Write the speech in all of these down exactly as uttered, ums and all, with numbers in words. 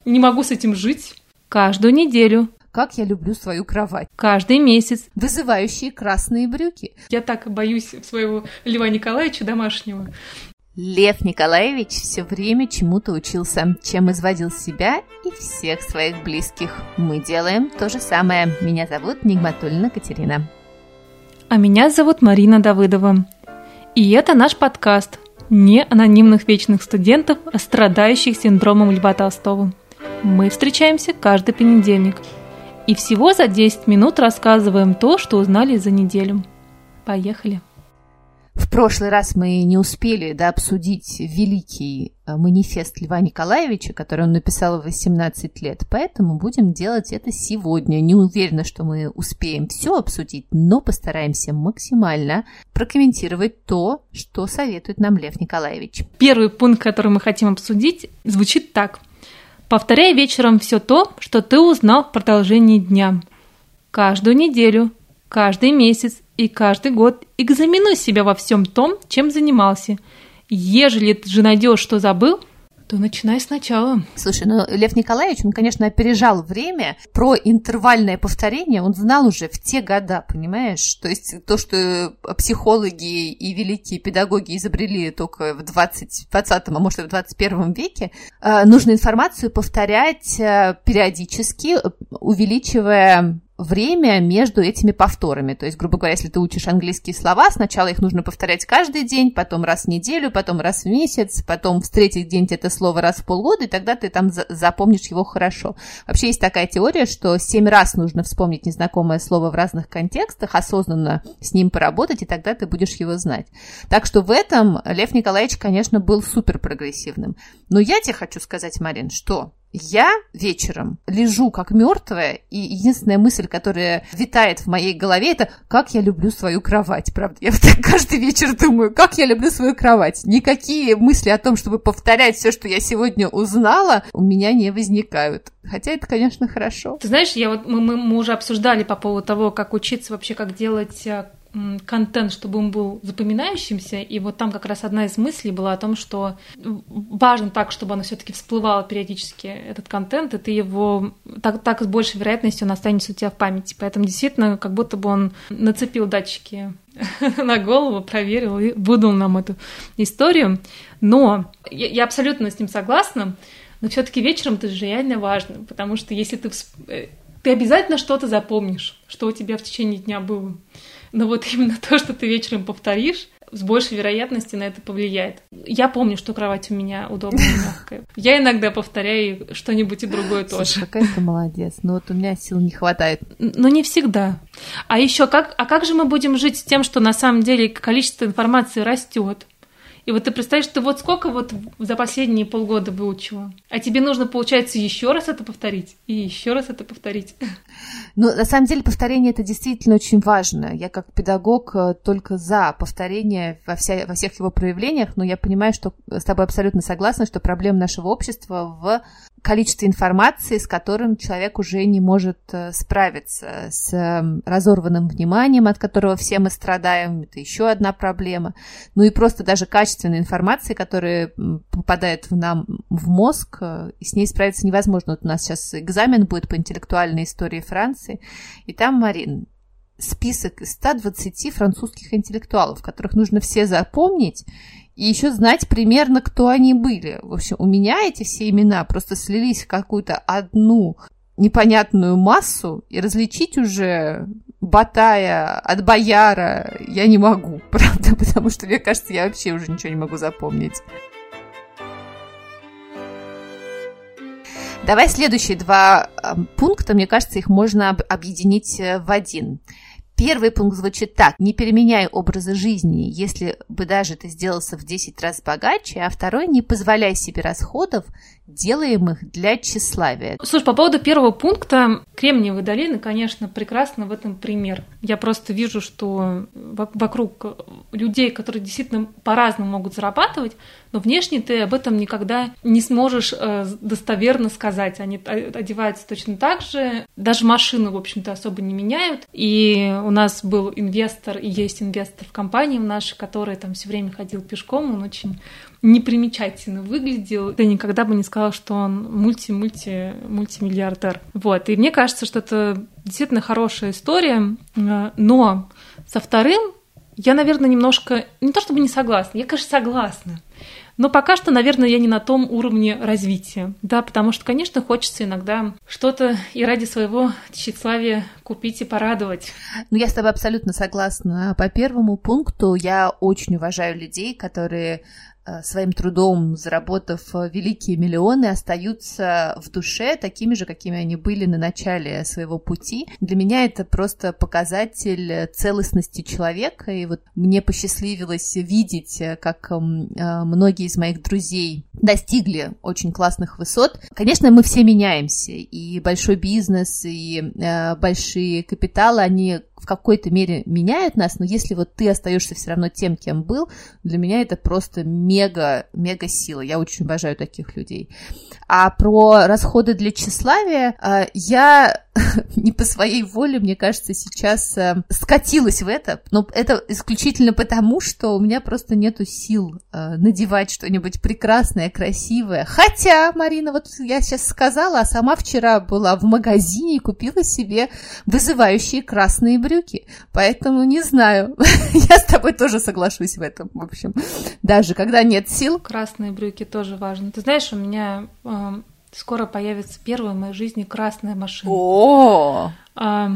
не могу с этим жить. Каждую неделю. Как я люблю свою кровать. Каждый месяц. Вызывающие красные брюки. Я так боюсь своего Льва Николаевича домашнего. Лев Николаевич все время чему-то учился, чем изводил себя и всех своих близких. Мы делаем то же самое. Меня зовут Нигматульна Катерина. А меня зовут Марина Давыдова. И это наш подкаст «Не анонимных вечных студентов, а страдающих синдромом Льва Толстого». Мы встречаемся каждый понедельник. И всего за десять минут рассказываем то, что узнали за неделю. Поехали! В прошлый раз мы не успели да, обсудить великий манифест Льва Николаевича, который он написал в восемнадцать лет, поэтому будем делать это сегодня. Не уверена, что мы успеем все обсудить, но постараемся максимально прокомментировать то, что советует нам Лев Николаевич. Первый пункт, который мы хотим обсудить, звучит так. Повторяй вечером все то, что ты узнал в продолжении дня. Каждую неделю, каждый месяц и каждый год экзаменуй себя во всем том, чем занимался. Ежели ты же найдешь, что забыл, то начинай сначала. Слушай, ну Лев Николаевич, он, конечно, опережал время. Про интервальное повторение он знал уже в те года, понимаешь? То есть то, что психологи и великие педагоги изобрели только в двадцатом, а может и в двадцать первом веке, нужно информацию повторять периодически, увеличивая время между этими повторами. То есть, грубо говоря, если ты учишь английские слова, сначала их нужно повторять каждый день, потом раз в неделю, потом раз в месяц, потом встретить где-нибудь это слово раз в полгода, и тогда ты там запомнишь его хорошо. Вообще есть такая теория, что семь раз нужно вспомнить незнакомое слово в разных контекстах, осознанно с ним поработать, и тогда ты будешь его знать. Так что в этом Лев Николаевич, конечно, был супер прогрессивным. Но я тебе хочу сказать, Марин, что я вечером лежу как мертвая, и единственная мысль, которая витает в моей голове, это как я люблю свою кровать. Правда, я вот так каждый вечер думаю, как я люблю свою кровать. Никакие мысли о том, чтобы повторять все, что я сегодня узнала, у меня не возникают. Хотя это, конечно, хорошо. Ты знаешь, я вот, мы, мы, мы уже обсуждали по поводу того, как учиться вообще, как делать контент, чтобы он был запоминающимся, и вот там как раз одна из мыслей была о том, что важно так, чтобы оно все-таки всплывало периодически, этот контент, и ты его так, так с большей вероятностью он останется у тебя в памяти. Поэтому действительно, как будто бы он нацепил датчики на голову, проверил и выдал нам эту историю. Но я, я абсолютно с ним согласна, но все-таки вечером это же реально важно, потому что если ты, ты обязательно что-то запомнишь, что у тебя в течение дня было. Но вот именно то, что ты вечером повторишь, с большей вероятностью на это повлияет. Я помню, что кровать у меня удобная и мягкая. Я иногда повторяю что-нибудь и другое тоже. Слушай, какая ты молодец. Но вот у меня сил не хватает. Но не всегда. А еще как, а как же мы будем жить с тем, что на самом деле количество информации растет? И вот ты представляешь, ты вот сколько вот за последние полгода выучила, а тебе нужно, получается, еще раз это повторить и еще раз это повторить. Ну, на самом деле, повторение – это действительно очень важно. Я как педагог только за повторение во, вся, во всех его проявлениях, но я понимаю, что с тобой абсолютно согласна, что проблема нашего общества в количестве информации, с которым человек уже не может справиться, с разорванным вниманием, от которого все мы страдаем, это еще одна проблема. Ну и просто даже качественной информации, которая попадает в нам в мозг, и с ней справиться невозможно. Вот у нас сейчас экзамен будет по интеллектуальной истории Франции, и там, Марин, список из ста двадцати французских интеллектуалов, которых нужно все запомнить, и еще знать примерно, кто они были. В общем, у меня эти все имена просто слились в какую-то одну непонятную массу, и различить уже Батая от Бояра я не могу, правда, потому что, мне кажется, я вообще уже ничего не могу запомнить. Давай следующие два пункта, мне кажется, их можно объединить в один. Первый пункт звучит так: не переменяй образа жизни, если бы даже ты сделался в десять раз богаче, а второй: не позволяй себе расходов, делаемых для тщеславия. Слушай, по поводу первого пункта, Кремниевые долины, конечно, прекрасно в этом пример. Я просто вижу, что вокруг людей, которые действительно по-разному могут зарабатывать, но внешне ты об этом никогда не сможешь э, достоверно сказать. Они одеваются точно так же, даже машину, в общем-то, особо не меняют. И у нас был инвестор, и есть инвестор в компании нашей, который там все время ходил пешком, он очень непримечательно выглядел. Я никогда бы не сказала, что он мульти-мульти-мультимиллиардер. Вот. И мне кажется, что это действительно хорошая история, но со вторым я, наверное, немножко, не то чтобы не согласна, я, конечно, согласна, но пока что, наверное, я не на том уровне развития, да, потому что, конечно, хочется иногда что-то и ради своего тщеславия купить и порадовать. Ну, я с тобой абсолютно согласна. По первому пункту я очень уважаю людей, которые своим трудом, заработав великие миллионы, остаются в душе такими же, какими они были на начале своего пути. Для меня это просто показатель целостности человека, и вот мне посчастливилось видеть, как многие из моих друзей достигли очень классных высот. Конечно, мы все меняемся, и большой бизнес, и большие капиталы, они в какой-то мере меняют нас, но если вот ты остаешься все равно тем, кем был, для меня это просто мега, мега сила. Я очень обожаю таких людей. А про расходы для тщеславия я не по своей воле, мне кажется, сейчас скатилась в это, но это исключительно потому, что у меня просто нету сил надевать что-нибудь прекрасное, красивое. Хотя, Марина, вот я сейчас сказала, а сама вчера была в магазине и купила себе вызывающие красные брюки, поэтому не знаю, я с тобой тоже соглашусь в этом, в общем, даже когда нет сил. Красные брюки тоже важно. Ты знаешь, у меня э, скоро появится первая в моей жизни красная машина. О! А,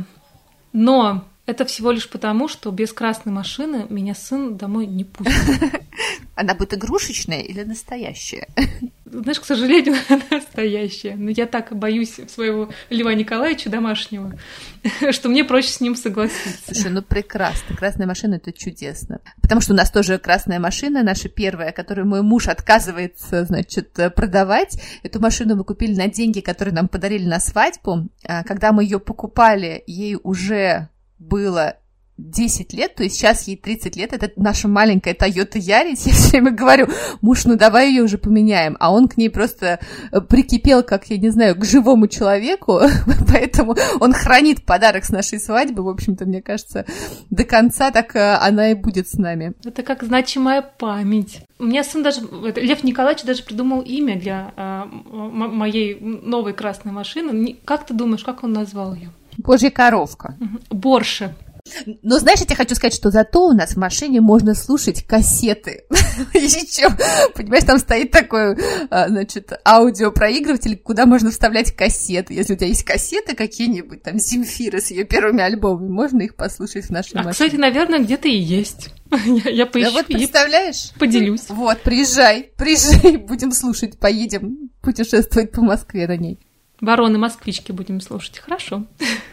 но это всего лишь потому, что без красной машины меня сын домой не пустит. Она будет игрушечная или настоящая? Знаешь, к сожалению, она настоящая. Но я так боюсь своего Льва Николаевича домашнего, что мне проще с ним согласиться. Слушай, ну прекрасно. Красная машина — это чудесно. Потому что у нас тоже красная машина, наша первая, которую мой муж отказывается, значит, продавать. Эту машину мы купили на деньги, которые нам подарили на свадьбу. Когда мы ее покупали, ей уже было десять лет, то есть сейчас ей тридцать лет, это наша маленькая Toyota Yaris, я все время говорю, муж, ну давай ее уже поменяем, а он к ней просто прикипел, как, я не знаю, к живому человеку, поэтому он хранит подарок с нашей свадьбы, в общем-то, мне кажется, до конца так она и будет с нами. Это как значимая память. У меня сын даже, Лев Николаевич даже придумал имя для а, м- моей новой красной машины. Как ты думаешь, как он назвал ее? Божья коровка. Борше. Но знаешь, я тебе хочу сказать, что зато у нас в машине можно слушать кассеты. Еще, понимаешь, там стоит такой, значит, аудиопроигрыватель, куда можно вставлять кассеты. Если у тебя есть кассеты какие-нибудь, там, Земфира с ее первыми альбомами, можно их послушать в нашей а, машине. Кстати, наверное, где-то и есть. я, я поищу да вот, представляешь? И поделюсь. Вот, приезжай, приезжай, будем слушать, поедем путешествовать по Москве на ней. Вороны-москвички будем слушать, хорошо.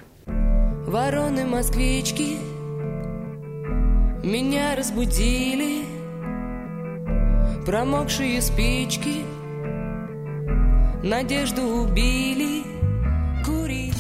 Вороны-москвички меня разбудили, промокшие спички надежду убили курить.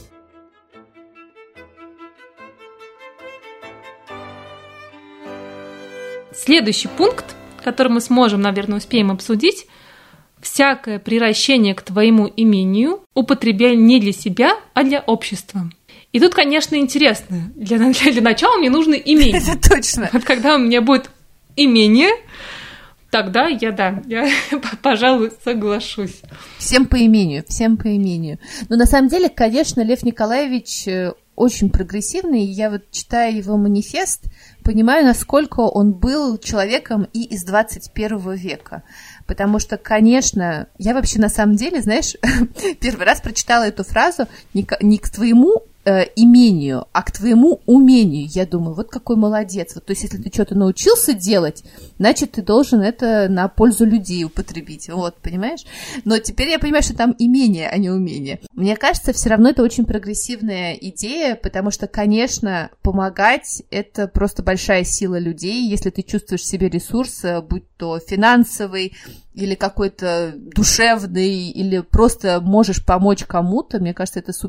Следующий пункт, который мы сможем, наверное, успеем обсудить: всякое приращение к твоему имению употребляй не для себя, а для общества. И тут, конечно, интересно. Для, для, для начала мне нужно имение. Это точно. Вот когда у меня будет имение, тогда я, да, я, пожалуй, соглашусь. Всем по имению, всем по имению. Но на самом деле, конечно, Лев Николаевич очень прогрессивный. Я вот, читая его манифест, понимаю, насколько он был человеком и из двадцать первого века. Потому что, конечно, я вообще на самом деле, знаешь, первый раз прочитала эту фразу не к, не к твоему э, имению, а к твоему умению. Я думаю, вот какой молодец. Вот, то есть, если ты что-то научился делать, значит, ты должен это на пользу людей употребить. Вот, понимаешь? Но теперь я понимаю, что там имение, а не умение. Мне кажется, все равно это очень прогрессивная идея, потому что, конечно, помогать — это просто большая сила людей. Если ты чувствуешь в себе ресурс, будь то финансовый, или какой-то душевный, или просто можешь помочь кому-то, мне кажется, это супер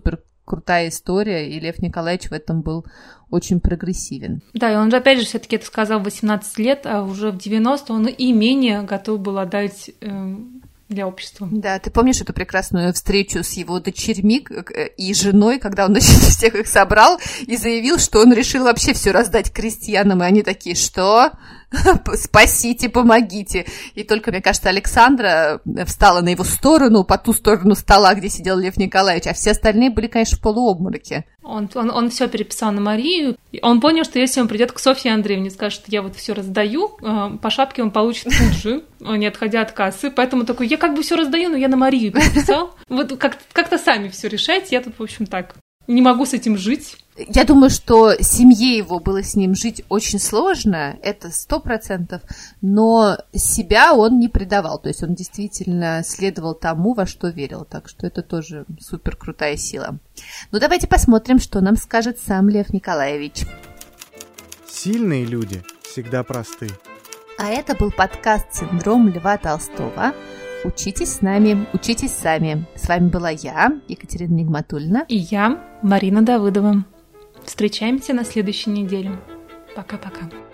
крутая история, и Лев Николаевич в этом был очень прогрессивен. Да, и он же, опять же, все-таки это сказал в восемнадцать лет, а уже в девяносто он и имение готов был отдать э, для общества. Да, ты помнишь эту прекрасную встречу с его дочерьми и женой, когда он всех их собрал и заявил, что он решил вообще все раздать крестьянам, и они такие: что? Спасите, помогите. И только, мне кажется, Александра встала на его сторону, по ту сторону стола, где сидел Лев Николаевич, а все остальные были, конечно, в полуобмороке. Он, он, он все переписал на Марию. Он понял, что если он придет к Софье Андреевне и скажет, что я вот все раздаю, по шапке он получит тут же, не отходя от кассы. Поэтому такой: я как бы все раздаю, но я на Марию переписал. Вот как- как-то сами все решайте. Я тут, в общем, так не могу с этим жить. Я думаю, что семье его было с ним жить очень сложно, это сто процентов, но себя он не предавал, то есть он действительно следовал тому, во что верил, так что это тоже супер крутая сила. Ну давайте посмотрим, что нам скажет сам Лев Николаевич. Сильные люди всегда просты. А это был подкаст «Синдром Льва Толстого». Учитесь с нами, учитесь сами. С вами была я, Екатерина Нигматульна. И я, Марина Давыдова. Встречаемся на следующей неделе. Пока-пока.